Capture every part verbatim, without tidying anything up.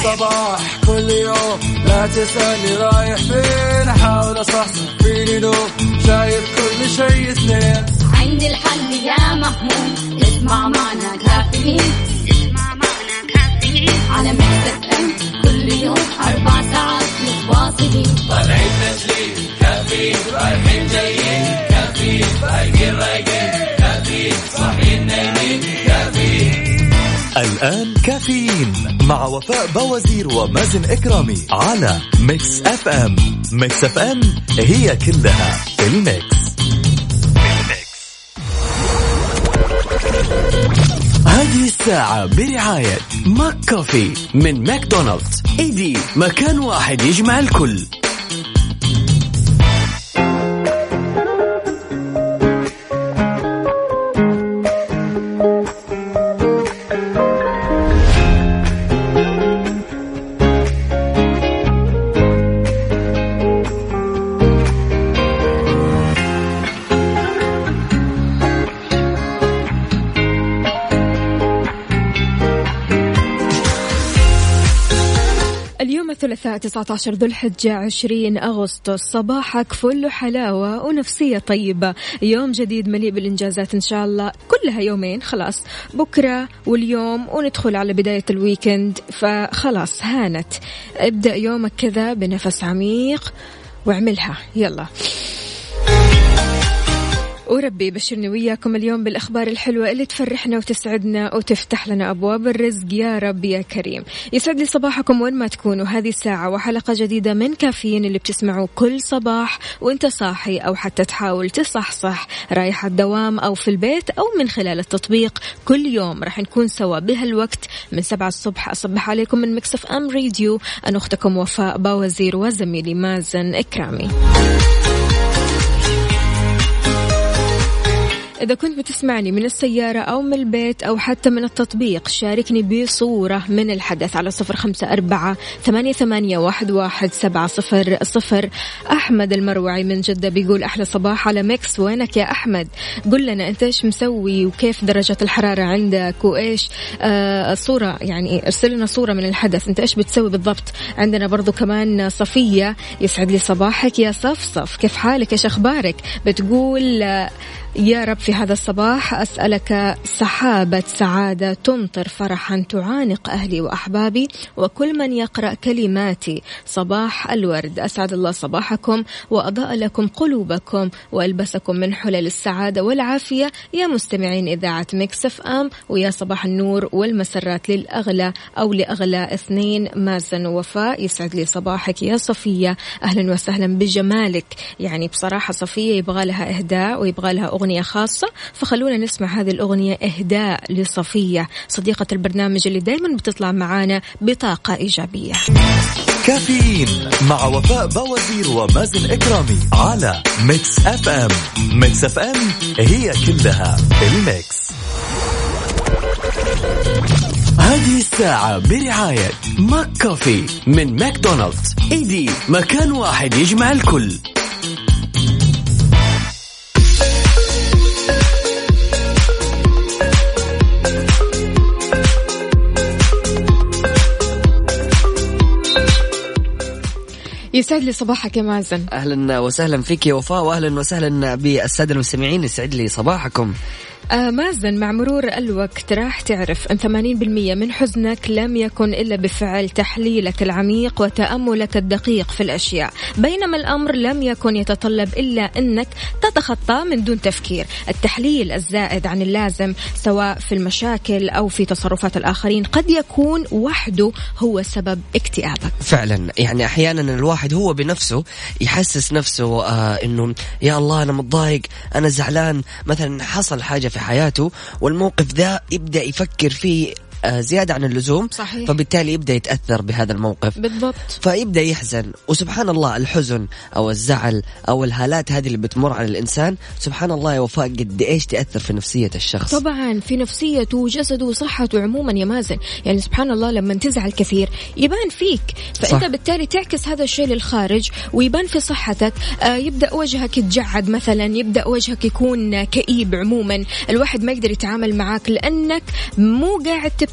الصباح كل يوم لا تسألني رايح فين أحاول أصحصح فيني لو شايف كل شيء اثنين عندي الحل يا محمود اسمع معنا كافيين اسمع معنا كافيين على ميكس اف ام كل يوم أربع ساعات متواصلين طالعين تسليم كافيين رايحين جايين كافيين رايقين رايقين كافيين صاحيين نايمين كافيين. الآن كافيين مع وفاء بوازير ومازن إكرامي على ميكس اف ام. ميكس اف ام هي كلها الميكس. هذه الساعة برعاية ماك كوفي من ماكدونالدز. ايدي مكان واحد يجمع الكل. الثلاثاء تسعة عشر ذو الحجة عشرين أغسطس. صباحك فل حلاوة ونفسية طيبة. يوم جديد مليء بالإنجازات إن شاء الله، كلها يومين خلاص، بكرة واليوم وندخل على بداية الويكند، فخلاص هانت. ابدأ يومك كذا بنفس عميق واعملها يلا. وربي بشرني وياكم اليوم بالأخبار الحلوة اللي تفرحنا وتسعدنا وتفتح لنا أبواب الرزق يا رب يا كريم. يسعد لي صباحكم وين ما تكونوا. هذه الساعة وحلقة جديدة من كافيين اللي بتسمعوا كل صباح وانت صاحي أو حتى تحاول تصحصح رايح الدوام أو في البيت أو من خلال التطبيق. كل يوم راح نكون سوا بهالوقت من سبعة الصبح. أصبح عليكم من ميكس اف ام راديو، أنا أختكم وفاء باوزير وزميلي مازن إكرامي. إذا كنت بتسمعني من السيارة أو من البيت أو حتى من التطبيق، شاركني بصورة من الحدث على صفر خمسة أربعة ثمانية ثمانية واحد واحد سبعة صفر صفر. أحمد المروعي من جدة بيقول أحلى صباح على ميكس. وينك يا أحمد؟ قل لنا أنت إيش مسوي وكيف درجة الحرارة عندك وإيش آه صورة، يعني ارسل لنا صورة من الحدث، أنت إيش بتسوي بالضبط. عندنا برضو كمان صفية، يسعد لي صباحك يا صفصف، كيف حالك إيش أخبارك؟ بتقول آه يا رب في هذا الصباح أسألك سحابة سعادة تمطر فرحا تعانق أهلي وأحبابي وكل من يقرأ كلماتي. صباح الورد، أسعد الله صباحكم وأضاء لكم قلوبكم وألبسكم من حلل السعادة والعافية يا مستمعين إذاعة ميكس اف ام. ويا صباح النور والمسرات للأغلى أو لأغلى اثنين، مازن ووفاء. يسعد لي صباحك يا صفية، أهلا وسهلا بجمالك. يعني بصراحة صفية يبغى لها إهداء ويبغى لها أغنية أغنية خاصة، فخلونا نسمع هذه الأغنية إهداء لصفية صديقة البرنامج اللي دايما بتطلع معانا بطاقة إيجابية. كافيين مع وفاء بوازير ومازن إكرامي على ميكس اف ام. ميكس اف ام هي كلها الميكس. هذه الساعة برعاية ماك كوفي من ماكدونالدز. ايدي مكان واحد يجمع الكل. يسعد لي صباحك يا مازن. أهلا وسهلا فيك يا وفاء، وأهلا وسهلا بالسادة المستمعين، يسعد لي صباحكم. آه مازن، مع مرور الوقت راح تعرف أن ثمانين بالمئة من حزنك لم يكن إلا بفعل تحليلك العميق وتأملك الدقيق في الأشياء، بينما الأمر لم يكن يتطلب إلا أنك تتخطى من دون تفكير. التحليل الزائد عن اللازم سواء في المشاكل أو في تصرفات الآخرين قد يكون وحده هو سبب اكتئابك. فعلا، يعني أحيانا الواحد هو بنفسه يحسس نفسه آه إنه يا الله أنا متضايق، أنا زعلان، مثلا حصل حاجة في حياته والموقف ذا يبدأ يفكر فيه زيادة عن اللزوم. صحيح. فبالتالي يبدأ يتأثر بهذا الموقف بالضبط، فيبدأ يحزن. وسبحان الله الحزن أو الزعل أو الهالات هذه اللي بتمر على الإنسان سبحان الله يا وفاء قد إيش تأثر في نفسية الشخص. طبعا في نفسيته وجسده وصحته عموما يا مازن. يعني سبحان الله لما تزعل كثير يبان فيك، فأنت صح. بالتالي تعكس هذا الشيء للخارج ويبان في صحتك. آه يبدأ وجهك يتجعد مثلا، يبدأ وجهك يكون كئيب. عموما الواحد ما يقدر يتعامل معاك لأنك مو قاعد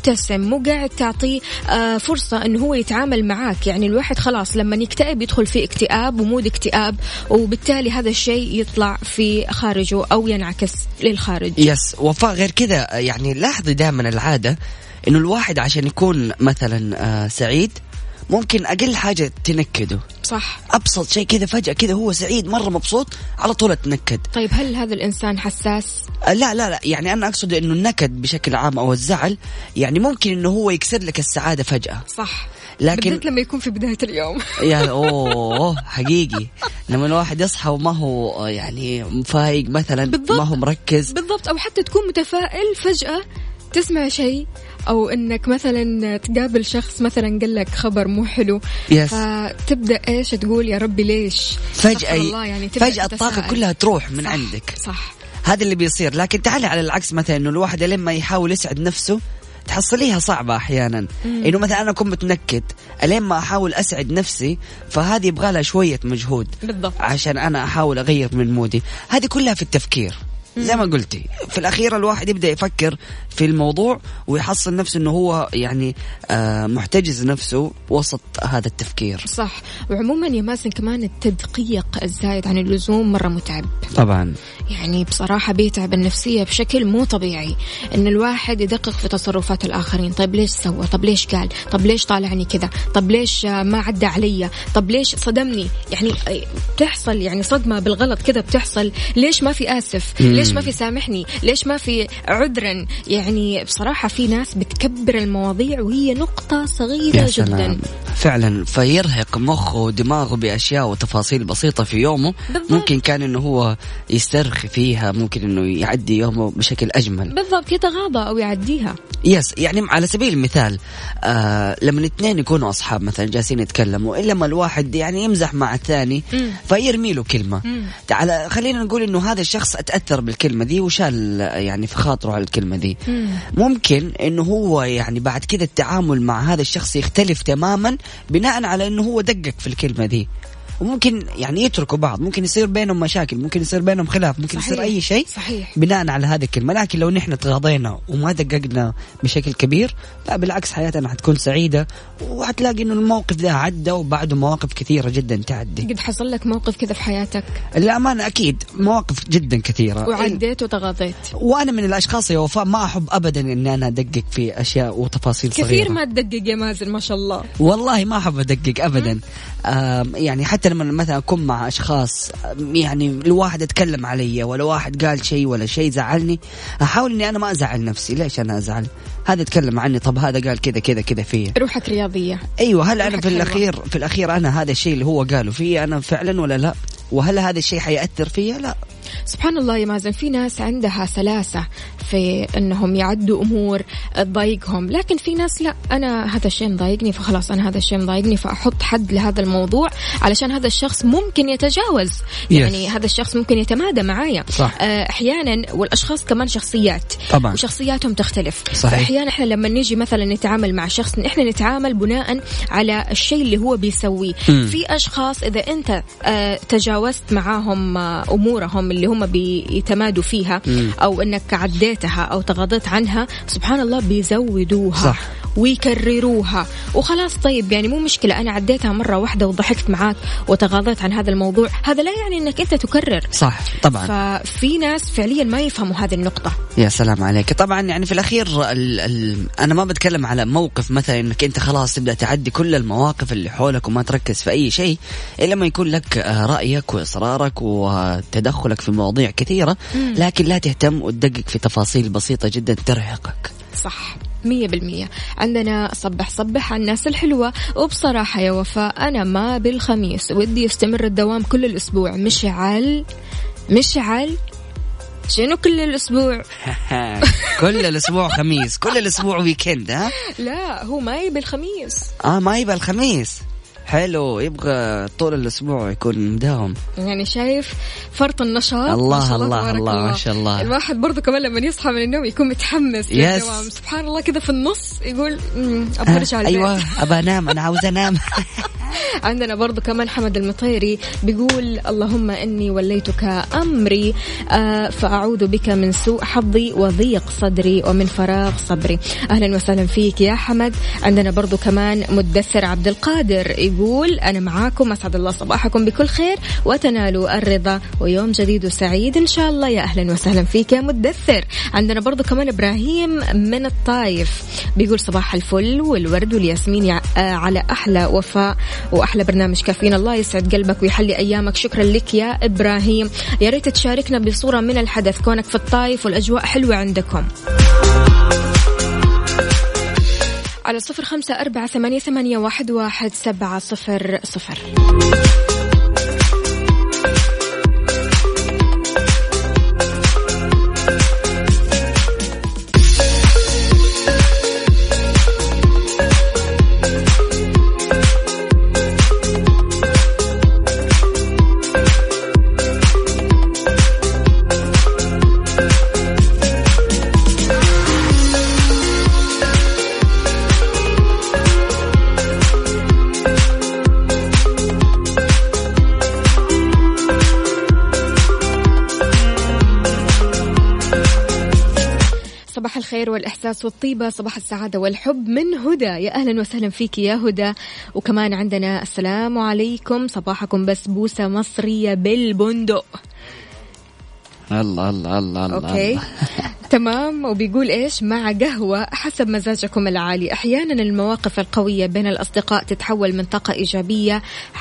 مبتسم، مو قاعد تعطيه آه فرصة إنه هو يتعامل معاك. يعني الواحد خلاص لما يكتئب يدخل في اكتئاب ومود اكتئاب، وبالتالي هذا الشيء يطلع في خارجه أو ينعكس للخارج. يس وفاء. غير كذا يعني لاحظي دائما العادة إنه الواحد عشان يكون مثلا آه سعيد ممكن أقل حاجة تنكده. صح. أبسط شيء كذا فجأة كذا هو سعيد مرة مبسوط على طول تنكد. طيب هل هذا الإنسان حساس؟ لا لا لا يعني أنا أقصد إنه النكد بشكل عام أو الزعل يعني ممكن إنه هو يكسر لك السعادة فجأة. صح. لكن بالذات لما يكون في بداية اليوم. يا أوه حقيقي لما الواحد يصحى وما هو يعني مفايق مثلا، بالضبط. ما هو مركز بالضبط، أو حتى تكون متفائل فجأة تسمع شيء، أو إنك مثلا تقابل شخص مثلا قال لك خبر مو حلو، يس. فتبدأ إيش تقول يا ربي ليش فجأة يعني فجأة الطاقة كلها تروح من صح. عندك. صح. هذا اللي بيصير. لكن تعالي على العكس مثلا إنه الواحد لما يحاول يسعد نفسه تحصليها صعبة أحيانا. إنه مثلا أنا أكون متنكد ألين ما أحاول أسعد نفسي، فهذه يبغى لها شوية مجهود بالضبط عشان أنا أحاول أغير من مودي. هذه كلها في التفكير زي ما قلتي. في الأخير الواحد يبدأ يفكر في الموضوع ويحصل نفسه إنه هو يعني آه محتجز نفسه وسط هذا التفكير. صح. وعموما يا مازن كمان التدقيق الزايد عن اللزوم مرة متعب طبعا. يعني بصراحة بيتعب النفسية بشكل مو طبيعي إن الواحد يدقق في تصرفات الآخرين. طيب ليش سوى؟ طب ليش قال؟ طب ليش طالعني كذا؟ طب ليش ما عدى علي؟ طب ليش صدمني؟ يعني بتحصل يعني صدمة بالغلط كذا بتحصل. ليش ما في آسف؟ ليش ما في سامحني؟ ليش ما في عذرا؟ يعني بصراحة في ناس بتكبر المواضيع وهي نقطة صغيرة جدا فعلا، فيرهق مخه ودماغه بأشياء وتفاصيل بسيطة في يومه. بالضبط. ممكن كان إنه هو يسترخي فيها، ممكن إنه يعدي يومه بشكل أجمل. بالضبط، يتغاضى أو يعديها. يس يعني على سبيل المثال آه لما الاثنين يكونوا أصحاب مثلا جالسين يتكلموا، إلا ما الواحد يعني يمزح مع الثاني مم. فيرمي له كلمة. تعال خلينا نقول إنه هذا الشخص أتأثر بالكلمة دي وشال يعني في خاطره على الكلمة دي. مم. ممكن إنه هو يعني بعد كده التعامل مع هذا الشخص يختلف تماما بناء على إنه هو دقق في الكلمة دي. وممكن يعني يتركوا بعض، ممكن يصير بينهم مشاكل، ممكن يصير بينهم خلاف، ممكن صحيح. يصير أي شيء صحيح. بناء على هذه الكلمة. لكن لو نحن تغاضينا وما دققنا بشكل كبير، لا بالعكس حياتنا حتكون سعيدة، وحتلاقي إنه الموقف ده عدى وبعده مواقف كثيرة جدا تعدي. قد حصل لك موقف كذا في حياتك؟ الأمانة أكيد مواقف جدا كثيرة وعديت وتغاضيت. وأنا من الأشخاص يا وفاء ما أحب أبدا إني أنا أدقق في أشياء وتفاصيل كثير صغيرة. كثير ما تدقق يا مازن ما شاء الله. والله ما أحب أدقق أبدا. آه يعني حتى لما مثلا أكون مع أشخاص يعني الواحد أتكلم علي ولا واحد قال شيء ولا شيء زعلني، أحاول إني أنا ما أزعل نفسي. ليش أنا أزعل؟ هذا يتكلم عني، طب هذا قال كذا كذا كذا فيه. روحك رياضية. أيوة. هل أنا في الأخير في الأخير أنا هذا الشيء اللي هو قاله فيه أنا فعلا ولا لا؟ وهل هذا الشيء حيأثر فيه؟ لا. سبحان الله يا مازن، في ناس عندها سلاسة في أنهم يعدوا أمور تضايقهم، لكن في ناس لا، أنا هذا الشيء مضايقني فخلاص أنا هذا الشيء مضايقني فأحط حد لهذا الموضوع علشان هذا الشخص ممكن يتجاوز. يعني yes. هذا الشخص ممكن يتمادى معايا. صح. أحيانا والأشخاص كمان شخصيات طبعا. وشخصياتهم تختلف. صحيح. فأحيانا إحنا لما نيجي مثلا نتعامل مع شخص إحنا نتعامل بناء على الشيء اللي هو بيسويه. م. في أشخاص إذا أنت تجاوزت معاهم أمورهم اللي هم بيتمادوا فيها م. أو أنك عديتها أو تغاضيت عنها، سبحان الله بيزودوها. صح. ويكرروها وخلاص. طيب يعني مو مشكلة أنا عديتها مرة واحدة وضحكت معاك وتغاضيت عن هذا الموضوع، هذا لا يعني أنك أنت تكرر. صح طبعا. ففي ناس فعليا ما يفهموا هذه النقطة. يا سلام عليك. طبعا يعني في الأخير ال ال أنا ما بتكلم على موقف مثلا أنك أنت خلاص تبدأ تعدي كل المواقف اللي حولك وما تركز في أي شيء إلا ما يكون لك رأيك وإصرارك وتدخلك في مواضيع كثيرة، مم. لكن لا تهتم وتدقق في تفاصيل بسيطة جدا ترهقك. صح مية بالمية. عندنا صبح صبح على الناس الحلوة. وبصراحة يا وفاء أنا ما بالخميس ودي يستمر الدوام كل الأسبوع. مشعل مشعل شنو كل الأسبوع؟ كل الأسبوع خميس، كل الأسبوع ويكند. ها لا هو ما يبي الخميس. آه ما يبي الخميس. حلو، يبغى طول الأسبوع يكون مداوم. يعني شايف فرط النشاط. الله الله الله ما شاء الله. الواحد برضو كمان لما يصحى من النوم يكون متحمس للدوام. سبحان الله كذا في النص يقول أبغى أرجع البيت. أيوة أبى أنام، أنا عاوز أنام. عندنا برضو كمان حمد المطيري بيقول اللهم إني وليتك أمري آه فأعوذ بك من سوء حظي وضيق صدري ومن فراغ صبري. أهلا وسهلا فيك يا حمد. عندنا برضو كمان مدثر عبد القادر يقول أنا معاكم، أسعد الله صباحكم بكل خير وتنالوا الرضا ويوم جديد وسعيد إن شاء الله. يا أهلا وسهلا فيك يا مدثر. عندنا برضو كمان إبراهيم من الطايف بيقول صباح الفل والورد والياسمين على أحلى وفاء وأحلى برنامج كافيين. الله يسعد قلبك ويحلي أيامك. شكرا لك يا إبراهيم. يا ريت تشاركنا بصورة من الحدث كونك في الطايف والأجواء حلوة عندكم على صفر خمسة أربعة ثمانية ثمانية واحد واحد سبعة صفر صفر. صباح الخير والإحساس والطيبة، صباح السعادة والحب من هدى. يا أهلا وسهلا فيك يا هدى. وكمان عندنا السلام عليكم صباحكم بسبوسة مصرية بالبندق. الله الله الله الله أوكي تمام. وبيقول إيش مع قهوة حسب مزاجكم العالي. أحيانا المواقف القوية بين الأصدقاء تتحول من طاقة إيجابية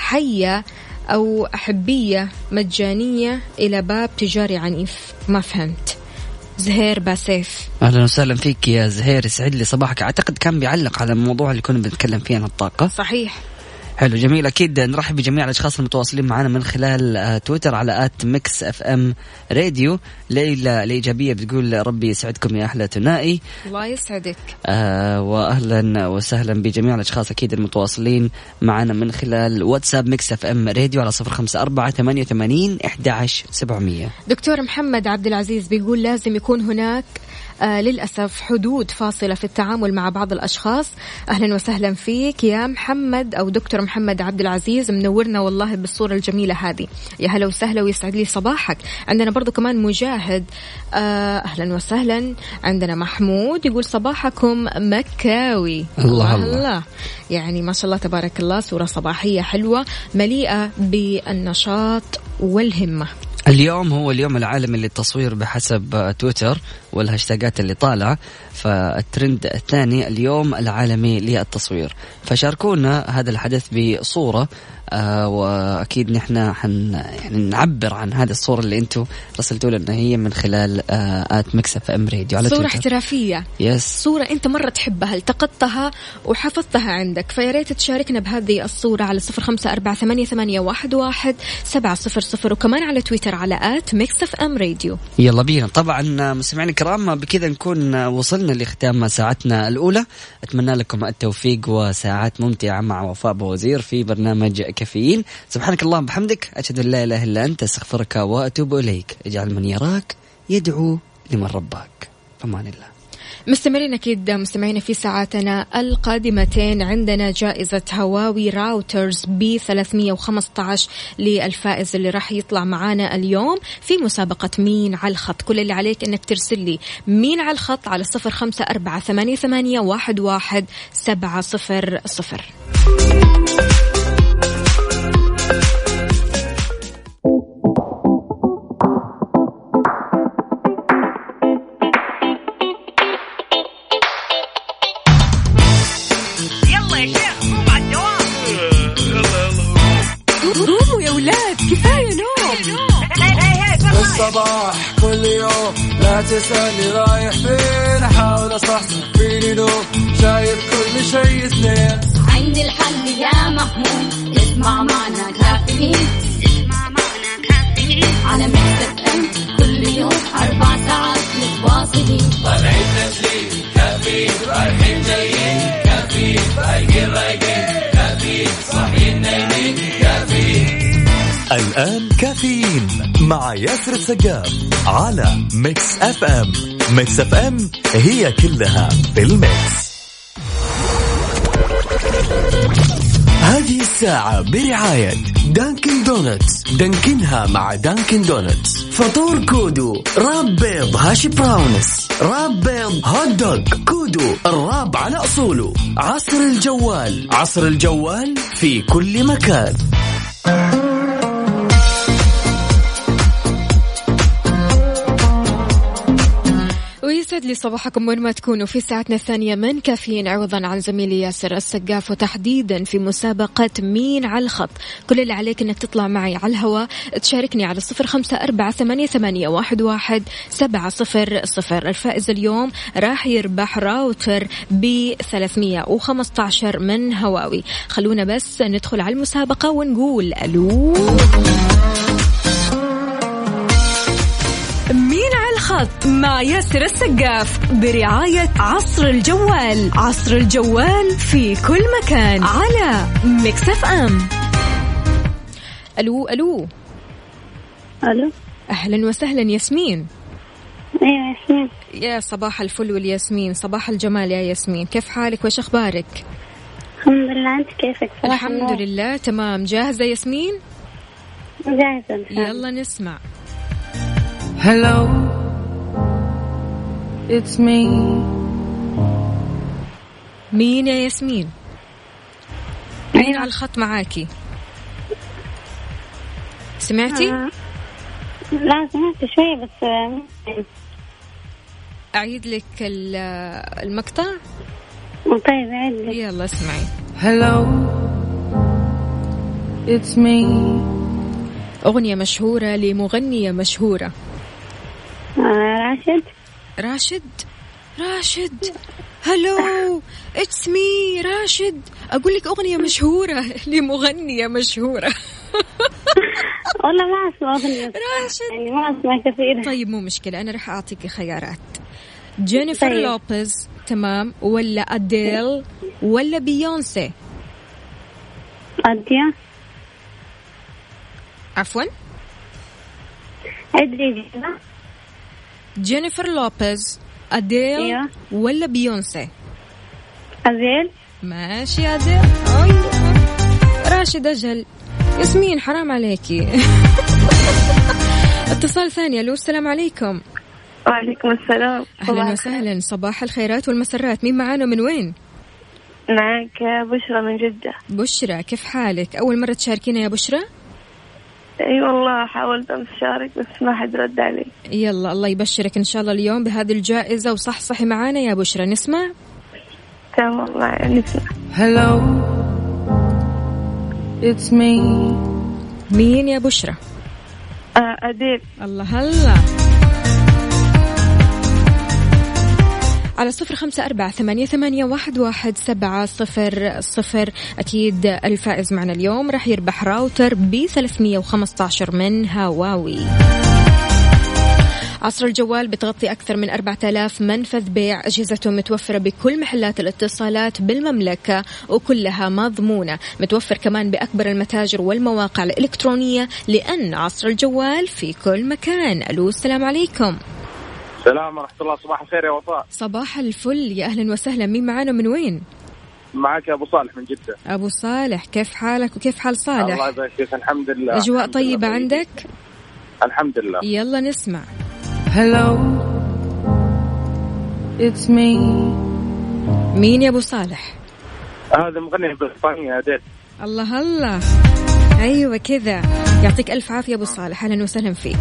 حية أو أحبية مجانية إلى باب تجاري عنيف. ما فهمت. زهير باسيف أهلا وسهلا فيك يا زهير، يسعد لي صباحك. أعتقد كان بيعلق على الموضوع اللي كنا بنتكلم فيه عن الطاقة. صحيح. حلو جميل. أكيد نرحب بجميع الأشخاص المتواصلين معنا من خلال تويتر على آت ميكس اف ام راديو. ليلى الإيجابية بتقول ربي يسعدكم يا أحلى ثنائي. الله يسعدك. آه وأهلا وسهلا بجميع الأشخاص أكيد المتواصلين معنا من خلال واتساب ميكس اف ام راديو على صفر خمسة أربعة ثمانية ثمانين إحدى عشر سبعمية. دكتور محمد عبد العزيز بيقول لازم يكون هناك آه للأسف حدود فاصلة في التعامل مع بعض الأشخاص. أهلا وسهلا فيك يا محمد أو دكتور محمد عبد العزيز، منورنا والله بالصورة الجميلة هذه. يا هلا وسهلا ويسعد لي صباحك. عندنا برضو كمان مجاهد آه أهلا وسهلا. عندنا محمود يقول صباحكم مكاوي. الله, الله الله يعني ما شاء الله تبارك الله، صورة صباحية حلوة مليئة بالنشاط والهمة. اليوم هو اليوم العالمي للتصوير بحسب تويتر والهاشتاجات اللي طالعة. فالترند الثاني اليوم العالمي للتصوير، فشاركونا هذا الحدث بصورة آه وأكيد نحن حن يعني نعبر عن هذه الصورة اللي أنتوا رسلتوا لنا هي من خلال آه آت ميكس اف ام راديو على صورة تويتر. احترافية. يس. صورة أنت مرة تحبها التقطتها وحفظتها عندك، فيا ريت تشاركنا بهذه الصورة على صفر خمسة أربعة ثمانية ثمانية واحد واحد سبعة صفر صفر وكمان على تويتر على آت ميكس اف ام راديو. يلا بينا. طبعا مستمعين الكرام بكذا نكون وصلنا لختام ساعتنا الأولى. أتمنى لكم التوفيق وساعات ممتعة مع وفاء بوزير في برنامج كافيين. سبحانك اللهم بحمدك، أشهد أن لا إله إلا أنت، أستغفرك وأتوب إليك. اجعل من يراك يدعو لمن رباك. فمان الله. مستمرين أكيد مستمعين في ساعاتنا القادمتين. عندنا جائزة هواوي راوترز ب ثلاثمية وخمسة عشر للفائز اللي راح يطلع معانا اليوم في مسابقة مين على الخط. كل اللي عليك إنك ترسل لي مين على الخط على صفر خمسة أربعة ثمانية ثمانية واحد واحد سبعة صفر صفر. الصباح كل يوم لا تسألني رايح فين، أحاول أصحصح فيني نوم، شايف كل شيء سنين. عندي الحل يا محمود، اسمع معنا كافيين، اسمع معنا كافيين على ميكس اف ام كل يوم أربع ساعات متواصلين. طالعين تسليم كافيين، رايحين جايين كافيين، رايقين رايقين كافيين، صاحيين نايمين كافيين. الآن كافيين مع ياسر السقاف على ميكس اف ام. ميكس اف ام هي كلها في الميكس. هذه الساعة برعاية دانكن دونتس. دانكنها مع دانكن دونتس. فطور كودو، راب بيض هاشي براونس، راب بيض هوت دوغ. كودو الراب على أصوله. عصر الجوال، عصر الجوال في كل مكان. ويسعد لي صباحكم وين ما تكونوا في ساعتنا الثانية من كافيين، عوضا عن زميلي ياسر السقاف، وتحديدا في مسابقة مين على الخط. كل اللي عليك انك تطلع معي على الهواء، تشاركني على صفر خمسة أربعة ثمانية ثمانية واحد واحد سبعة صفر صفر. الفائز اليوم راح يربح راوتر ب ثلاثمية وخمسة عشر من هواوي. خلونا بس ندخل على المسابقة ونقول ألو. مين على الخط مع ياسر السقاف برعاية عصر الجوال. عصر الجوال في كل مكان على ميكس اف ام. ألو ألو ألو، أهلا وسهلا ياسمين. أيوة ياسمين. يا صباح الفل والياسمين، صباح الجمال يا ياسمين. كيف حالك وش أخبارك؟ الحمد لله، أنت كيفك؟ الحمد الله. لله تمام. جاهزة ياسمين؟ جاهزة. يلا نسمع. Hello, it's me. مين يا ياسمين؟ مين على الخط معاكي؟ سمعتي؟ آه. لا سمعت شوية بس. أعيد لك المقطع؟ طيب أعيد لك. يلا اسمعي. Hello, it's me. أغنية مشهورة لمغنية مشهورة. راشد. راشد راشد هلو اتس مي راشد. أقول لك أغنية مشهورة لمغنية مشهورة. والله ما أسمع أغنية راشد، يعني ما أسمع كثير. طيب مو مشكلة، أنا رح أعطيك خيارات. جينيفر طيب. لوبيز تمام، ولا أديل، ولا بيونسي؟ أديا. عفوا أدري. جينيفر لوبيز، أديل، أيوة. ولا بيونسي؟ أديل. ماشي أديل. أيوة. راشد أجل. ياسمين حرام عليكي. اتصال ثاني. ألو السلام عليكم. وعليكم السلام. أهلا وسهلا، صباح الخيرات والمسرات. مين معانا من وين؟ معك بشرى من جدة. بشرى، كيف حالك؟ أول مرة تشاركينا يا بشرى؟ اي والله حاولت امس اشارك بس ما حد رد علي. يلا الله يبشرك ان شاء الله اليوم بهذه الجائزة، وصح صحي معانا يا بشرى. نسمع. تمام نسمع. Hello, it's me. مين يا بشرى؟ آه أديل. الله هلا. على صفر خمسة أربعة ثمانية ثمانية واحد واحد سبعة صفر صفر. أكيد الفائز معنا اليوم راح يربح راوتر ب ثلاثمية وخمسة عشر من هواوي. عصر الجوال بتغطي أكثر من أربعة آلاف منفذ بيع. أجهزته متوفرة بكل محلات الاتصالات بالمملكة وكلها مضمونة. متوفر كمان بأكبر المتاجر والمواقع الإلكترونية، لأن عصر الجوال في كل مكان. ألو السلام عليكم. السلام ورحمة الله. صباح الخير يا وفاء. صباح الفل، يا أهلا وسهلا. مين معانا من وين؟ معك أبو صالح من جدة. أبو صالح، كيف حالك وكيف حال صالح؟ الله يبارك فيك. الحمد لله. أجواء الحمد طيبة لله. عندك؟ الحمد لله. يلا نسمع. Hello, it's me. مين يا أبو صالح؟ هذا مغني بريطاني أديل. الله هلا. أيوة كذا. يعطيك ألف عافية أبو صالح، أهلا وسهلا فيك.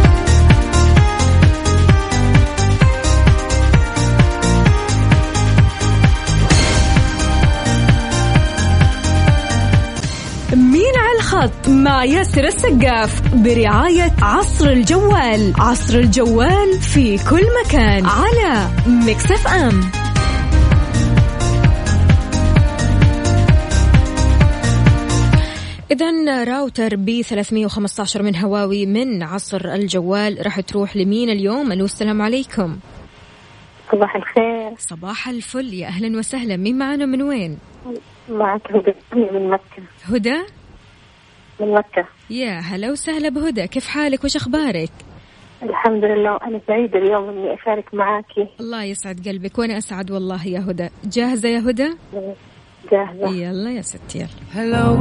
مين على الخط مع ياسر السقاف برعاية عصر الجوال. عصر الجوال في كل مكان على ميكس اف ام. إذن راوتر ب ثلاثمية وخمسة عشر من هواوي من عصر الجوال راح تروح لمين اليوم؟ ألو السلام عليكم. صباح الخير. صباح الفل، يا أهلا وسهلا. مين معنا من وين؟ معك هدى من مكة. هدى من مكة. يا هلا وسهلا بهدى، كيف حالك وش أخبارك؟ الحمد لله، وأنا سعيدة اليوم إني أشارك معاكي. الله يسعد قلبك، وأنا أسعد والله يا هدى. جاهزة يا هدى؟ جاهزة. يلا يا ستي يلا. Hello,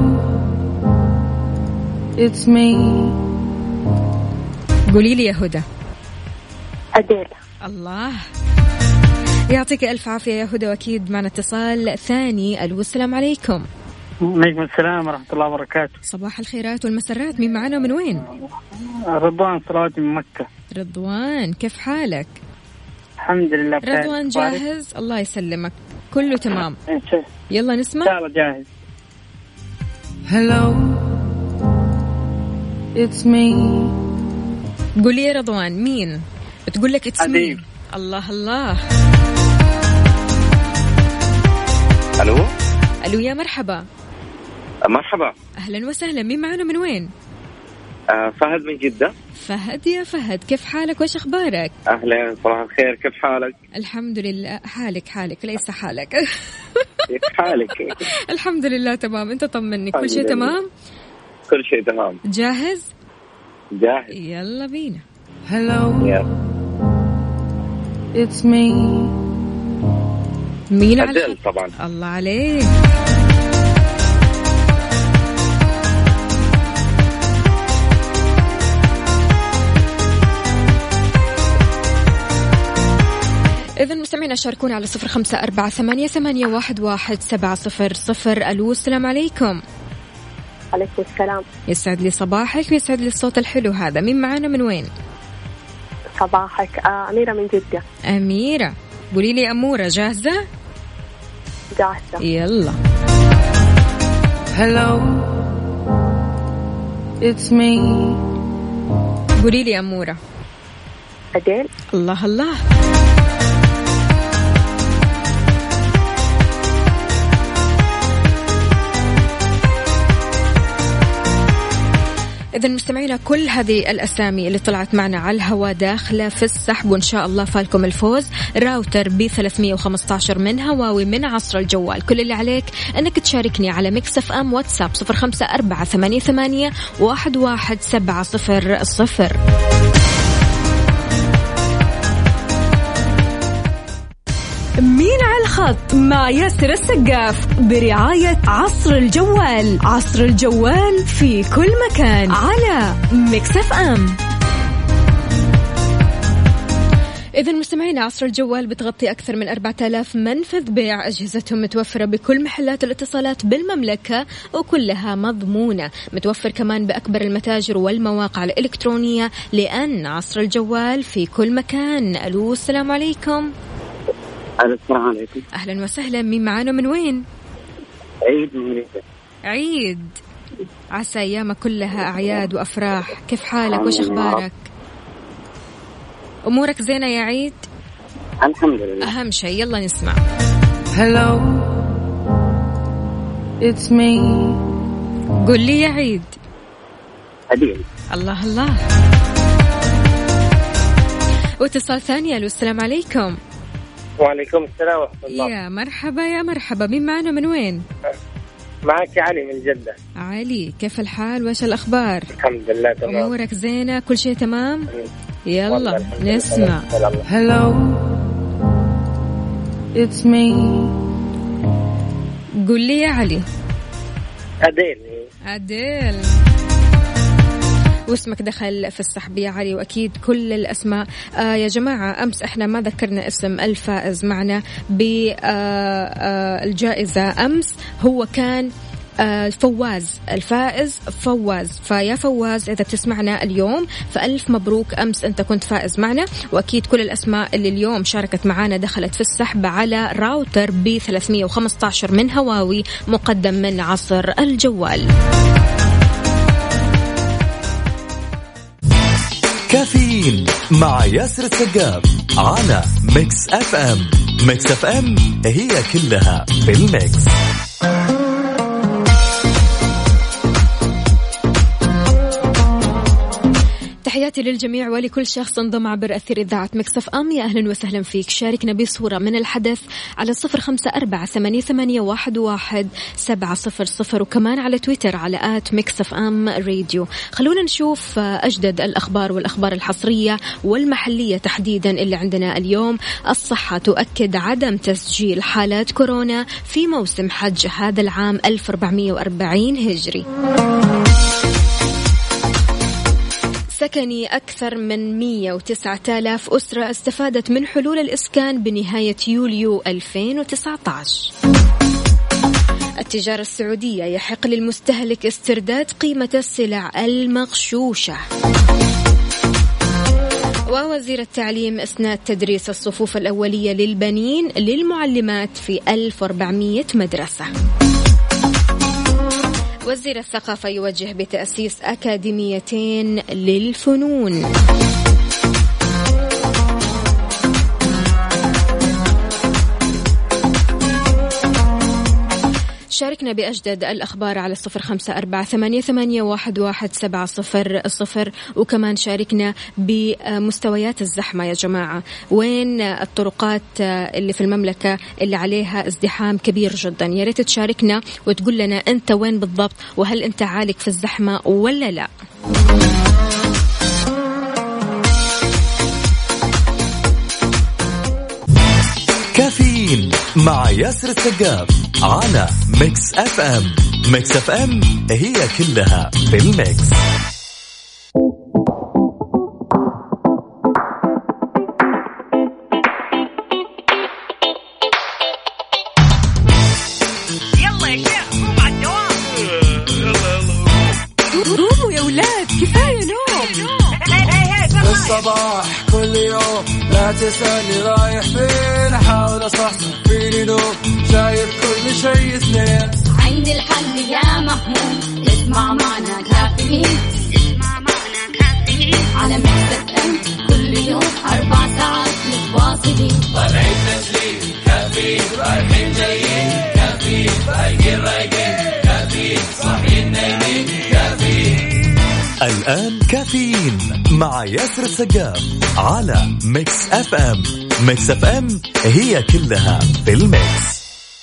it's me. قولي لي يا هدى. أديل. الله يعطيك ألف عافية يا هدى. وأكيد معنا اتصال ثاني. ألو السلام عليكم. وعليكم السلام ورحمة الله وبركاته. صباح الخيرات والمسرات. مين معنا ومن وين؟ رضوان صلواتي من مكة. رضوان كيف حالك؟ الحمد لله بخير. رضوان جاهز؟ الله يسلمك كله تمام. يلا نسمع. إن شاء الله جاهز. Hello, it's me. قولي يا رضوان مين؟ بتقول لك it's me. الله الله. الو الو يا مرحبا. مرحبا. اهلا وسهلا. مين معنا من وين؟ آه فهد من جدة. فهد يا فهد كيف حالك وش اخبارك؟ اهلا صباح الخير، كيف حالك؟ الحمد لله. حالك حالك ليس حالك. كيف حالك؟ الحمد لله تمام. انت طمني كل شيء تمام؟ كل شيء تمام. جاهز؟ جاهز. يلا بينا. Hello, يلا. it's me. مين على أديل طبعا. الله عليك. إذن مستمعينا شاركونا على صفر خمسة أربعة ثمانية ثمانية واحد واحد سبعة صفر صفر. ألو السلام عليكم. عليكم السلام. يسعد لي صباحك ويسعد لي الصوت الحلو هذا. مين معانا من وين؟ صباحك. آه أميرة من جدة. أميرة قولي لي أمورة جاهزة؟ جاهزة. يلا. Hello, it's me. قولي لي أمورة. أديل. الله الله. إذا مستمعينا كل هذه الأسامي اللي طلعت معنا على الهواء داخلة في السحب، وإن شاء الله فالكم الفوز. راوتر ب ثلاثمية وخمسة عشر من هواوي من عصر الجوال. كل اللي عليك أنك تشاركني على ميكس اف ام واتساب صفر خمسة أربعة ثمانية ثمانية واحد واحد سبعة صفر صفر. مين على الخط مع ياسر السقاف برعاية عصر الجوال. عصر الجوال في كل مكان على ميكس اف ام. إذن مستمعين عصر الجوال بتغطي أكثر من أربعة آلاف منفذ بيع. أجهزتهم متوفرة بكل محلات الاتصالات بالمملكة وكلها مضمونة. متوفر كمان بأكبر المتاجر والمواقع الإلكترونية، لأن عصر الجوال في كل مكان. ألو السلام عليكم. السلام عليكم. أهلا وسهلا. مين معانا من وين؟ عيد من هناك. عيد. عسى أيامك كلها أعياد وأفراح. كيف حالك وش أخبارك؟ أمورك زينة يا عيد؟ الحمد لله. أهم شيء. يلا نسمع. Hello, it's me. قل لي يا عيد. أديل. الله الله. واتصال ثاني. ألو السلام عليكم. وعليكم السلام ورحمة الله. يا مرحبا يا مرحبا. مين معنا من وين؟ معك علي من جدة. علي كيف الحال وش الأخبار؟ الحمد لله تمام. أمورك زينة كل شيء تمام؟ يلا نسمع. Hello, it's me. قل لي يا علي. أديل. أديل. واسمك دخل في السحب يا علي، وأكيد كل الأسماء. آه يا جماعة أمس إحنا ما ذكرنا اسم الفائز معنا بالجائزة. أمس هو كان آه فواز. الفائز فواز. فيا فواز إذا بتسمعنا اليوم فألف مبروك. أمس أنت كنت فائز معنا. وأكيد كل الأسماء اللي اليوم شاركت معنا دخلت في السحب على راوتر ب ثلاثمية وخمسة عشر من هواوي مقدم من عصر الجوال. كافيين مع ياسر السقاف على ميكس اف ام. ميكس اف ام هي كلها في الميكس. تحياتي تحياتي للجميع ولكل شخص انضم عبر أثير إذاعة ميكس اف ام. يا أهلا وسهلا فيك. شاركنا بصورة من الحدث على صفر خمسة أربعة ثمانية ثمانية واحد واحد سبعة صفر صفر وكمان على تويتر على آت ميكس اف ام راديو. خلونا نشوف أجدد الأخبار والأخبار الحصرية والمحلية تحديدا اللي عندنا اليوم. الصحة تؤكد عدم تسجيل حالات كورونا في موسم حج هذا العام ألف وأربعمائة وأربعين هجري. سكني أكثر من مئة وتسعة آلاف أسرة استفادت من حلول الإسكان بنهاية يوليو ألفين وتسعة عشر. التجارة السعودية يحق للمستهلك استرداد قيمة السلع المغشوشة. ووزير التعليم إسناد تدريس الصفوف الأولية للبنين للمعلمات في ألف وأربعمائة مدرسة. وزير الثقافة يوجه بتأسيس أكاديميتين للفنون. شاركنا بأجدد الأخبار على صفر خمسة أربعة ثمانية ثمانية واحد واحد سبعة صفر صفر وكمان شاركنا بمستويات الزحمة يا جماعة. وين الطرقات اللي في المملكة اللي عليها ازدحام كبير جدا؟ يا ريت تشاركنا وتقول لنا أنت وين بالضبط، وهل أنت عالق في الزحمة ولا لا؟ كافيين مع ياسر السقاف على ميكس اف ام. ميكس اف ام هي كلها في الميكس. يلا يا شيخ قوم على الدوام. قوموا يا ولاد كفاية نوم. في الصباح كل يوم لا تسألني رايح فين، أحاول أصحصح فيني نوم شايف كل شيء اثنين. عندي الحل يا محمود، اسمع معنا كافيين، اسمع معنا كافيين على ميكس اف ام كل يوم أربع ساعات متواصلين. طالعين تسليم كافيين، رايحين جايين كافيين، رايقين رايقين كافيين، صاحيين نايمين كافيين. الآن كافيين مع ياسر السقاف على ميكس اف ام. ميكس اف ام هي كلها في الميكس.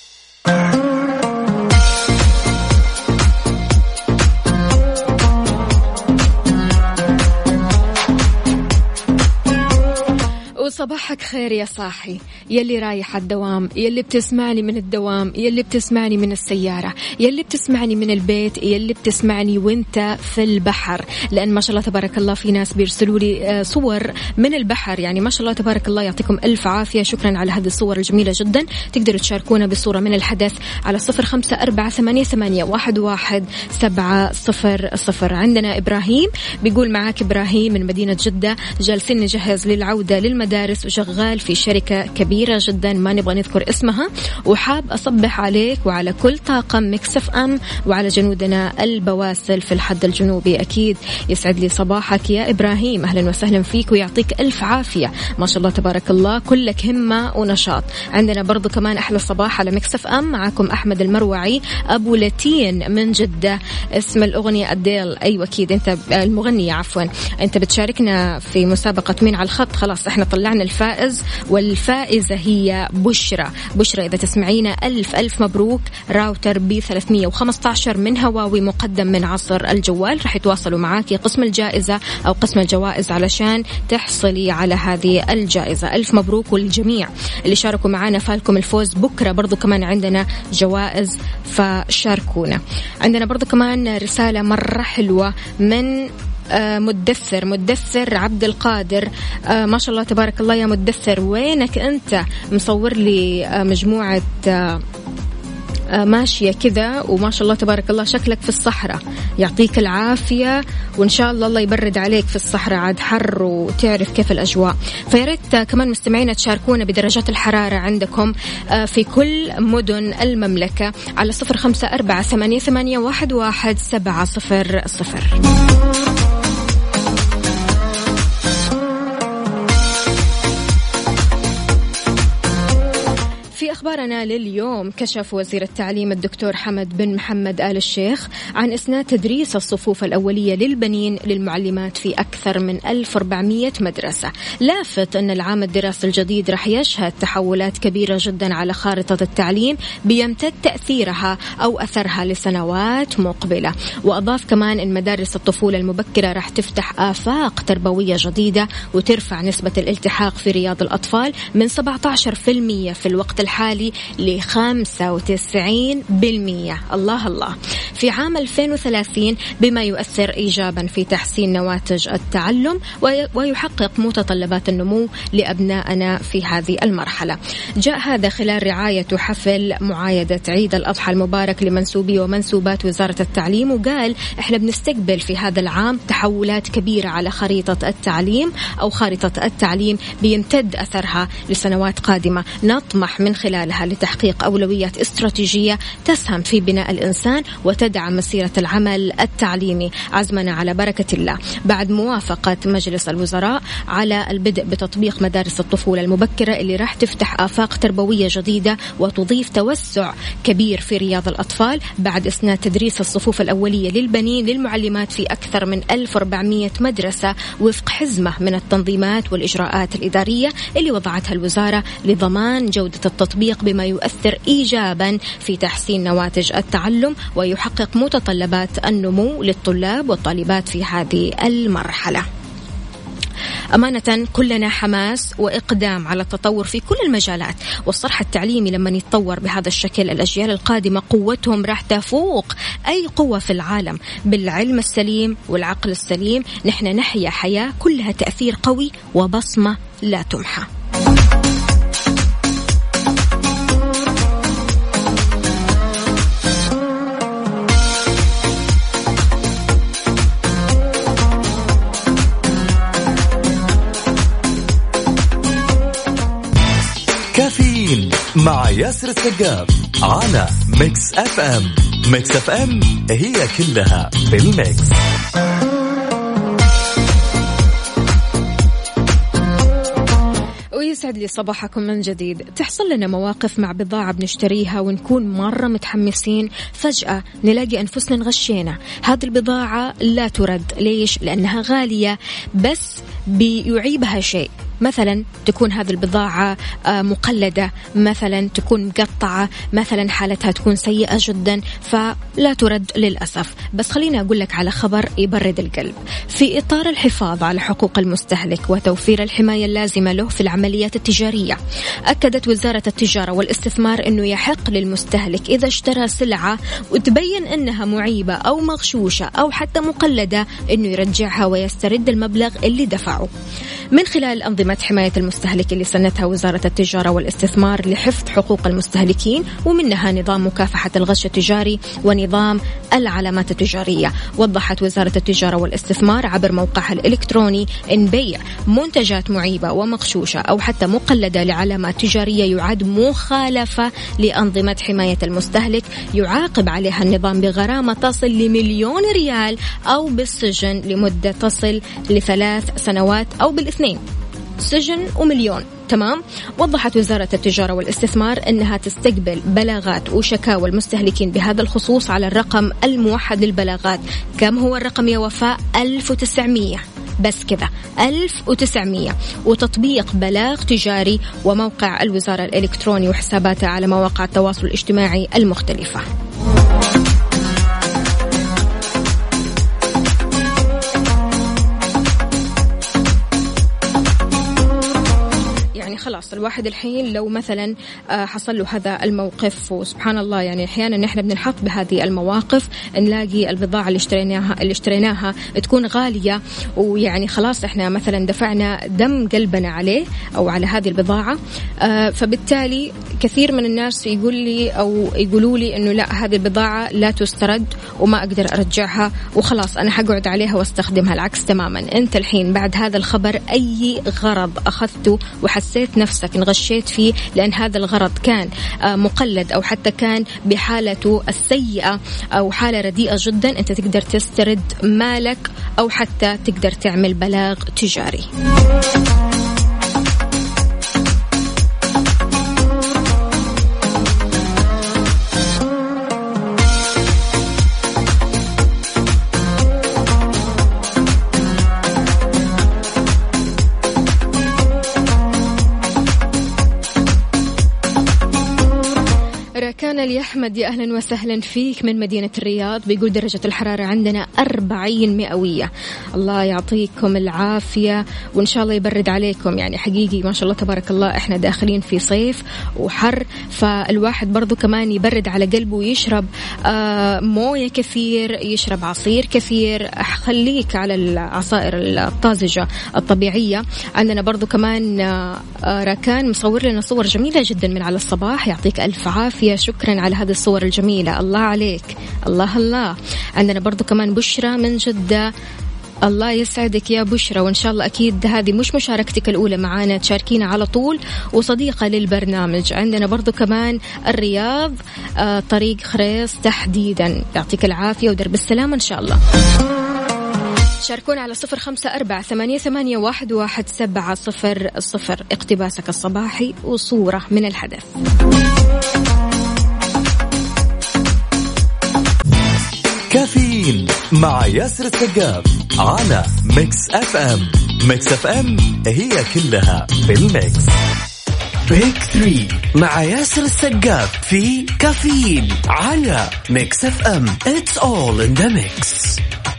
وصباحك خير يا صاحي، يلي رايح الدوام، يلي بتسمعني من الدوام، يلي بتسمعني من السيارة، يلي بتسمعني من البيت، يلي بتسمعني وانت في البحر. لأن ما شاء الله تبارك الله في ناس بيرسلوا لي صور من البحر، يعني ما شاء الله تبارك الله يعطيكم ألف عافية. شكرا على هذه الصور الجميلة جدا. تقدروا تشاركونا بصورة من الحدث على صفر خمسة أربعة ثمانية ثمانية واحد واحد سبعة صفر صفر. عندنا إبراهيم بيقول معاك إبراهيم من مدينة جدة، جالسين نجهز للعودة للمدارس وشغال في شركة كبيرة جدا ما نبغى نذكر اسمها، وحاب أصبح عليك وعلى كل طاقم ميكس اف ام وعلى جنودنا البواسل في الحد الجنوبي. أكيد يسعد لي صباحك يا إبراهيم، أهلا وسهلا فيك ويعطيك ألف عافية. ما شاء الله تبارك الله كلك همة ونشاط. عندنا برضو كمان أحلى صباح على ميكس اف ام، معاكم أحمد المروعي أبو لتين من جدة. اسم الأغنية أديل. أيوة أكيد أنت المغنية، عفوا أنت بتشاركنا في مسابقة مين على الخط. خلاص احنا طلعنا الفائز والفائزة هي بشرى. بشرى إذا تسمعينا ألف ألف مبروك، راوتر ب ثلاثمية وخمسة عشر من هواوي مقدم من عصر الجوال. رح يتواصلوا معاكي قسم الجائزة أو قسم الجوائز علشان تحصلي على هذه الجائزة. ألف مبروك. والجميع اللي شاركوا معنا فالكم الفوز. بكرة برضو كمان عندنا جوائز فشاركونا. عندنا برضو كمان رسالة مرة حلوة من مدثر مدثر عبد القادر. ما شاء الله تبارك الله يا مدثر، وينك أنت؟ مصور لي مجموعة ماشية كذا وما شاء الله تبارك الله شكلك في الصحراء. يعطيك العافية وإن شاء الله الله يبرد عليك في الصحراء، عاد حر وتعرف كيف الأجواء. فياريت كمان مستمعين تشاركونا بدرجات الحرارة عندكم في كل مدن المملكة على صفر خمسة أربعة ثمانية ثمانية واحد واحد سبعة صفر صفر. أخبارنا لليوم. كشف وزير التعليم الدكتور حمد بن محمد آل الشيخ عن إسناد تدريس الصفوف الأولية للبنين للمعلمات في أكثر من ألف وأربعمائة مدرسة، لافت أن العام الدراسي الجديد رح يشهد تحولات كبيرة جدا على خارطة التعليم بيمتد تأثيرها أو أثرها لسنوات مقبلة. وأضاف كمان أن مدارس الطفولة المبكرة رح تفتح آفاق تربوية جديدة وترفع نسبة الالتحاق في رياض الأطفال من سبعة عشر بالمئة في الوقت الحالي ل خمسة وتسعين بالمئة. الله الله. في عام ألفين وثلاثين بما يؤثر إيجابا في تحسين نواتج التعلم ويحقق متطلبات النمو لأبنائنا في هذه المرحلة. جاء هذا خلال رعاية حفل معايدة عيد الأضحى المبارك لمنسوبي ومنسوبات وزارة التعليم، وقال إحنا بنستقبل في هذا العام تحولات كبيرة على خريطة التعليم أو خارطة التعليم بيمتد أثرها لسنوات قادمة، نطمح من خلالها لتحقيق أولويات استراتيجية تسهم في بناء الإنسان وتدعم مسيرة العمل التعليمي. عزمنا على بركة الله بعد موافقة مجلس الوزراء على البدء بتطبيق مدارس الطفولة المبكرة اللي راح تفتح آفاق تربوية جديدة وتضيف توسع كبير في رياض الأطفال بعد إسناد تدريس الصفوف الأولية للبنين للمعلمات في أكثر من ألف وأربعمائة مدرسة وفق حزمة من التنظيمات والإجراءات الإدارية اللي وضعتها الوزارة لضمان جودة التطبيق بما يؤثر إيجابا في تحسين نواتج التعلم ويحقق متطلبات النمو للطلاب والطالبات في هذه المرحلة. أمانة كلنا حماس وإقدام على التطور في كل المجالات، والصرح التعليمي لما يتطور بهذا الشكل الأجيال القادمة قوتهم راح تفوق أي قوة في العالم. بالعلم السليم والعقل السليم نحن نحيا حياة كلها تأثير قوي وبصمة لا تمحى. كافيين مع ياسر السقاف على ميكس اف ام. ميكس اف ام هي كلها في الميكس. ويسعد لي صباحكم من جديد. تحصل لنا مواقف مع بضاعة بنشتريها ونكون مرة متحمسين، فجأة نلاقي أنفسنا نغشينا. هذه البضاعة لا ترد. ليش؟ لأنها غالية بس بيعيبها شيء. مثلا تكون هذه البضاعة مقلدة، مثلا تكون مقطعة، مثلا حالتها تكون سيئة جدا فلا ترد للأسف. بس خليني أقول لك على خبر يبرد القلب. في إطار الحفاظ على حقوق المستهلك وتوفير الحماية اللازمة له في العمليات التجارية، أكدت وزارة التجارة والاستثمار أنه يحق للمستهلك إذا اشترى سلعة وتبين أنها معيبة أو مغشوشة أو حتى مقلدة أنه يرجعها ويسترد المبلغ اللي دفعه. من خلال أنظمة حماية المستهلك اللي سنتها وزارة التجارة والاستثمار لحفظ حقوق المستهلكين، ومنها نظام مكافحة الغش التجاري ونظام العلامات التجارية. وضحت وزارة التجارة والاستثمار عبر موقعها الإلكتروني إن بيع منتجات معيبة ومغشوشة أو حتى مقلدة لعلامات تجارية يعد مخالفة لأنظمة حماية المستهلك، يعاقب عليها النظام بغرامة تصل لمليون ريال أو بالسجن لمدة تصل لثلاث سنوات أو بالاثنين، سجن ومليون. تمام. وضحت وزارة التجارة والاستثمار أنها تستقبل بلاغات وشكاوى المستهلكين بهذا الخصوص على الرقم الموحد للبلاغات. كم هو الرقم يا وفاء؟ ألف وتسعمية. بس كذا ألف وتسعمية. وتطبيق بلاغ تجاري وموقع الوزارة الإلكتروني وحساباتها على مواقع التواصل الاجتماعي المختلفة. خلاص الواحد الحين لو مثلا حصل له هذا الموقف، وسبحان الله يعني أحيانا نحن بننحط بهذه المواقف، نلاقي البضاعة اللي اشتريناها اللي اشتريناها تكون غالية، ويعني خلاص احنا مثلا دفعنا دم قلبنا عليه أو على هذه البضاعة، فبالتالي كثير من الناس يقول لي أو يقولوا لي إنه لا هذه البضاعة لا تسترد وما أقدر أرجعها وخلاص أنا حقعد عليها واستخدمها. العكس تماما. أنت الحين بعد هذا الخبر أي غرض أخذته وحسيت نفسك انغشيت فيه لأن هذا الغرض كان مقلد أو حتى كان بحالته السيئة أو حالة رديئة جدا، أنت تقدر تسترد مالك أو حتى تقدر تعمل بلاغ تجاري. معنا لي أحمد، يا أهلا وسهلا فيك من مدينة الرياض. بيقول درجة الحرارة عندنا أربعين مئوية. الله يعطيكم العافية وإن شاء الله يبرد عليكم. يعني حقيقي ما شاء الله تبارك الله إحنا داخلين في صيف وحر، فالواحد برضو كمان يبرد على قلبه ويشرب آه موية كثير، يشرب عصير كثير، خليك على العصائر الطازجة الطبيعية. عندنا برضو كمان آه راكان مصور لنا صور جميلة جدا من على الصباح، يعطيك ألف عافية، شكرا على هذه الصور الجميلة، الله عليك، الله الله. عندنا برضو كمان بشرى من جدة، الله يسعدك يا بشرى، وإن شاء الله أكيد هذه مش مشاركتك الأولى معانا، تشاركينا على طول وصديقة للبرنامج. عندنا برضو كمان الرياض آه طريق خريص تحديدا، يعطيك العافية ودرب السلامة إن شاء الله. شاركونا على صفر خمسة أربعة ثمانية ثمانية واحد واحد سبعة صفر صفر، اقتباسك الصباحي وصورة من الحدث. كافيين مع ياسر السقاف على ميكس اف ام. ميكس اف ام هي كلها في الميكس. بريك ثري مع ياسر السقاف في كافيين على ميكس اف ام. It's all in the mix.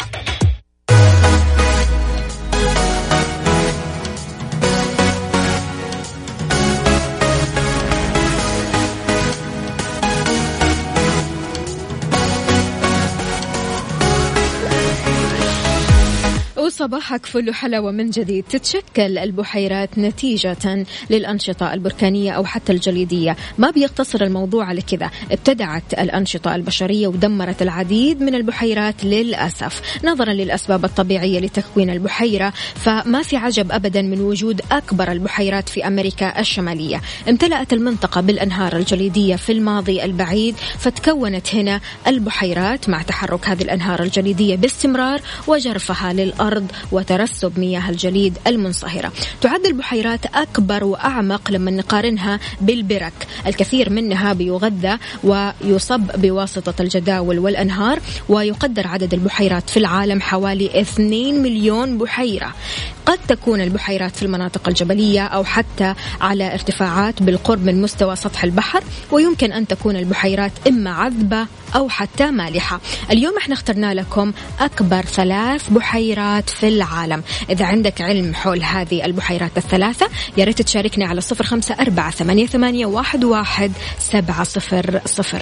صباحك فل حلاوة من جديد. تتشكل البحيرات نتيجة للأنشطة البركانية أو حتى الجليدية. ما بيقتصر الموضوع على كذا، ابتدعت الأنشطة البشرية ودمرت العديد من البحيرات للأسف. نظرا للأسباب الطبيعية لتكوين البحيرة، فما في عجب أبدا من وجود أكبر البحيرات في أمريكا الشمالية. امتلأت المنطقة بالأنهار الجليدية في الماضي البعيد، فتكونت هنا البحيرات مع تحرك هذه الأنهار الجليدية باستمرار وجرفها للأرض وترسب مياه الجليد المنصهرة. تعد البحيرات أكبر وأعمق لما نقارنها بالبرك. الكثير منها بيغذى ويصب بواسطة الجداول والأنهار، ويقدر عدد البحيرات في العالم حوالي اثنين مليون بحيرة. قد تكون البحيرات في المناطق الجبلية أو حتى على ارتفاعات بالقرب من مستوى سطح البحر، ويمكن أن تكون البحيرات إما عذبة أو حتى مالحة. اليوم احنا اخترنا لكم أكبر ثلاث بحيرات في العالم. إذا عندك علم حول هذه البحيرات الثلاثة يا ريت تشاركني على صفر خمسة أربعة ثمانية ثمانية واحد واحد سبعة صفر صفر.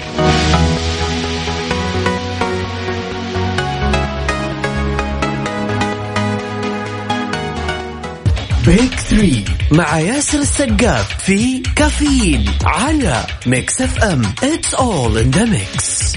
بريك ثري مع ياسر السقاف في كافيين على ميكس اف ام. It's all in the mix.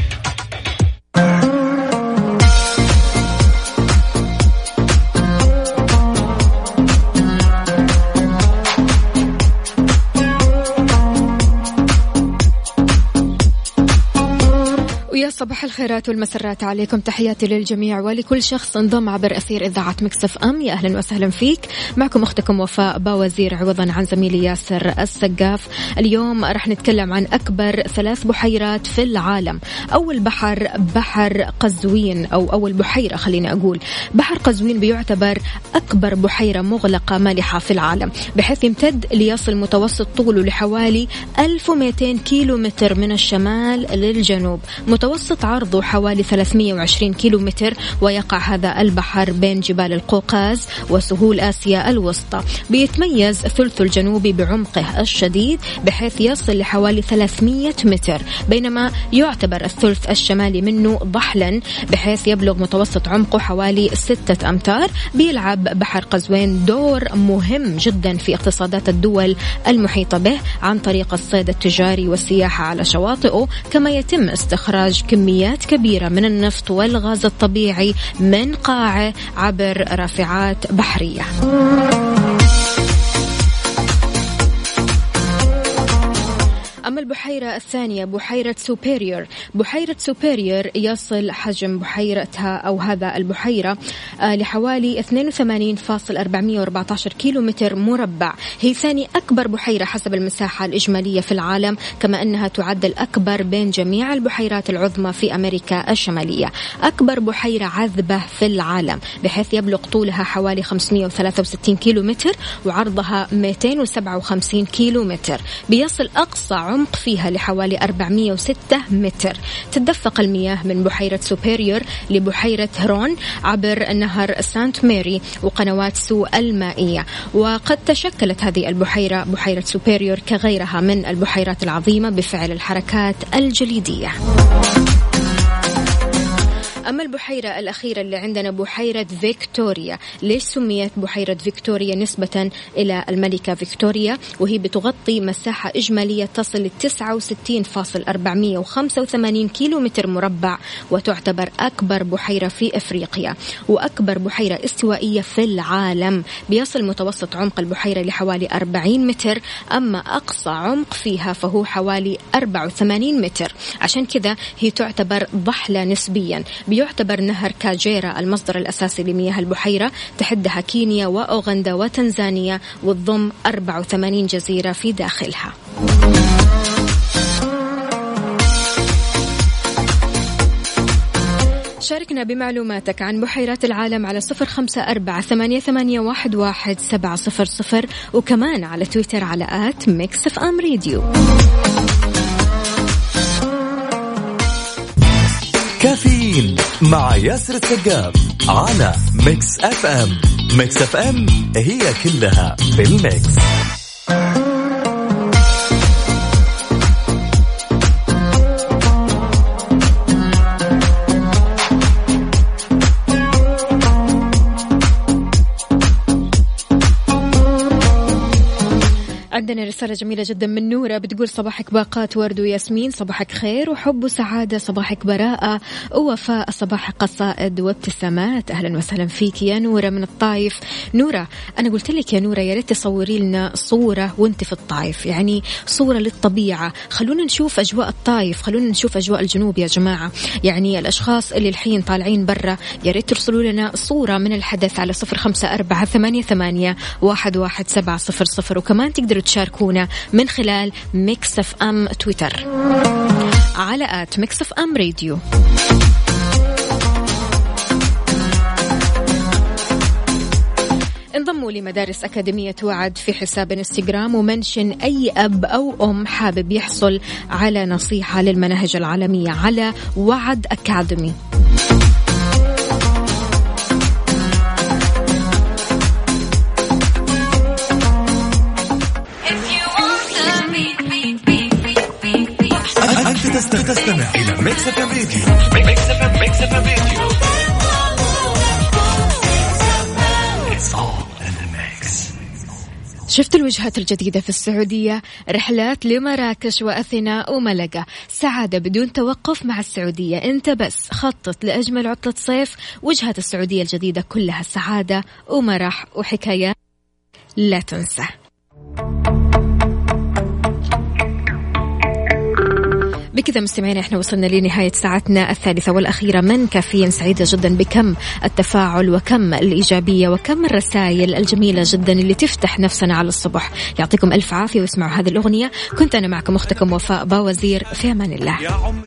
ويا صباح الخيرات والمسرات عليكم، تحياتي للجميع ولكل شخص انضم عبر أثير إذاعة مكس اف ام. يا أهلا وسهلا فيك، معكم أختكم وفاء باوزير عوضا عن زميلي ياسر السقاف. اليوم رح نتكلم عن أكبر ثلاث بحيرات في العالم. أول بحر بحر قزوين أو أول بحيرة خليني أقول بحر قزوين بيعتبر أكبر بحيرة مغلقة مالحة في العالم، بحيث يمتد ليصل متوسط طوله لحوالي ألف ومئتين كيلو متر من الشمال للجنوب، متوسط عرضه حوالي ثلاثمئة وعشرين كيلو متر، ويقع هذا البحر بين جبال القوقاز وسهول آسيا الوسطى. بيتميز ثلثه الجنوبي بعمقه الشديد بحيث يصل لحوالي ثلاثمئة متر، بينما يعتبر الثلث الشمالي منه ضحلا بحيث يبلغ متوسط عمقه حوالي ستة أمتار. بيلعب بحر قزوين دور مهم جدا في اقتصادات الدول المحيطة به عن طريق الصيد التجاري والسياحة على شواطئه، كما يتم استخراج كميات كبيرة من النفط والغاز الطبيعي من قاعه عبر رافعات بحرية. أما البحيرة الثانية بحيرة سوبيريور. بحيرة سوبيريور يصل حجم بحيرتها أو هذا البحيرة لحوالي اثنين وثمانين فاصلة أربعمئة وأربعة عشر كيلو متر مربع. هي ثاني أكبر بحيرة حسب المساحة الإجمالية في العالم، كما أنها تعد الأكبر بين جميع البحيرات العظمى في أمريكا الشمالية. أكبر بحيرة عذبة في العالم بحيث يبلغ طولها حوالي خمسمئة وثلاثة وستين كيلو متر وعرضها مئتين وسبعة وخمسين كيلو متر. بيصل أقصى العمق فيها لحوالي أربعمئة وستة متر. تتدفق المياه من بحيرة سوبيريور لبحيرة هرون عبر نهر سانت ماري وقنوات سو المائية. وقد تشكلت هذه البحيرة بحيرة سوبيريور كغيرها من البحيرات العظيمة بفعل الحركات الجليدية. أما البحيرة الأخيرة اللي عندنا بحيرة فيكتوريا. ليش سميت بحيرة فيكتوريا؟ نسبة إلى الملكة فيكتوريا، وهي بتغطي مساحة إجمالية تصل ل تسعة وستين فاصلة أربعمئة وخمسة وثمانين كيلو متر مربع، وتعتبر أكبر بحيرة في أفريقيا وأكبر بحيرة استوائية في العالم. بيصل متوسط عمق البحيرة لحوالي أربعين متر، أما أقصى عمق فيها فهو حوالي أربعة وثمانين متر. عشان كذا هي تعتبر ضحلة نسبيا. بيعتبر نهر كاجيرا المصدر الأساسي لمياه البحيرة، تحدها كينيا وأوغندا وتنزانيا، وتضم أربعة وثمانين جزيرة في داخلها. شاركنا بمعلوماتك عن بحيرات العالم على صفر خمسة أربعة ثمانية ثمانية واحد واحد سبعة صفر صفر، وكمان على تويتر على آت ميكس اف ام راديو. كافيين مع ياسر السقاف على ميكس اف ام. ميكس اف ام هي كلها في الميكس. عندنا رسالة جميلة جدا من نورة بتقول: صباحك باقات ورد وياسمين، صباحك خير وحب وسعادة، صباحك براءة ووفاء، صباحك قصائد وابتسامات. أهلا وسهلا فيك يا نورة من الطايف. نورة، أنا قلت لك يا نورة يا ريت تصوري لنا صورة وانت في الطايف، يعني صورة للطبيعة. خلونا نشوف أجواء الطايف، خلونا نشوف أجواء الجنوب يا جماعة. يعني الأشخاص اللي الحين طالعين برا يا ريت ترسلوا لنا صورة من الحدث على صفر خمسة أربعة ثمانية ثمانية واحد واحد سبعة صفر صفر، وكمان تقدروا تشاركونا من خلال ميكس اف ام تويتر على آت ميكس اف ام راديو. انضموا لمدارس أكاديمية وعد في حساب انستغرام ومنشن أي أب أو أم حابب يحصل على نصيحة للمناهج العالمية على وعد أكاديمي. أنت تستمع إلى ميكس اف ام راديو. ميكس اف ام ميكس اف ام راديو. شفت الوجهات الجديدة في السعودية؟ رحلات لمراكش وأثينا وملقا، سعادة بدون توقف مع السعودية. انت بس خطط لأجمل عطلة صيف. وجهات السعودية الجديدة كلها سعادة ومرح وحكايات لا تنسى. بكذا مستمعين احنا وصلنا لنهاية ساعتنا الثالثة والأخيرة من كافيين. سعيدة جدا بكم التفاعل وكم الإيجابية وكم الرسائل الجميلة جدا اللي تفتح نفسنا على الصبح. يعطيكم ألف عافية واسمعوا هذه الأغنية. كنت أنا معكم أختكم وفاء باوزير، في أمان الله.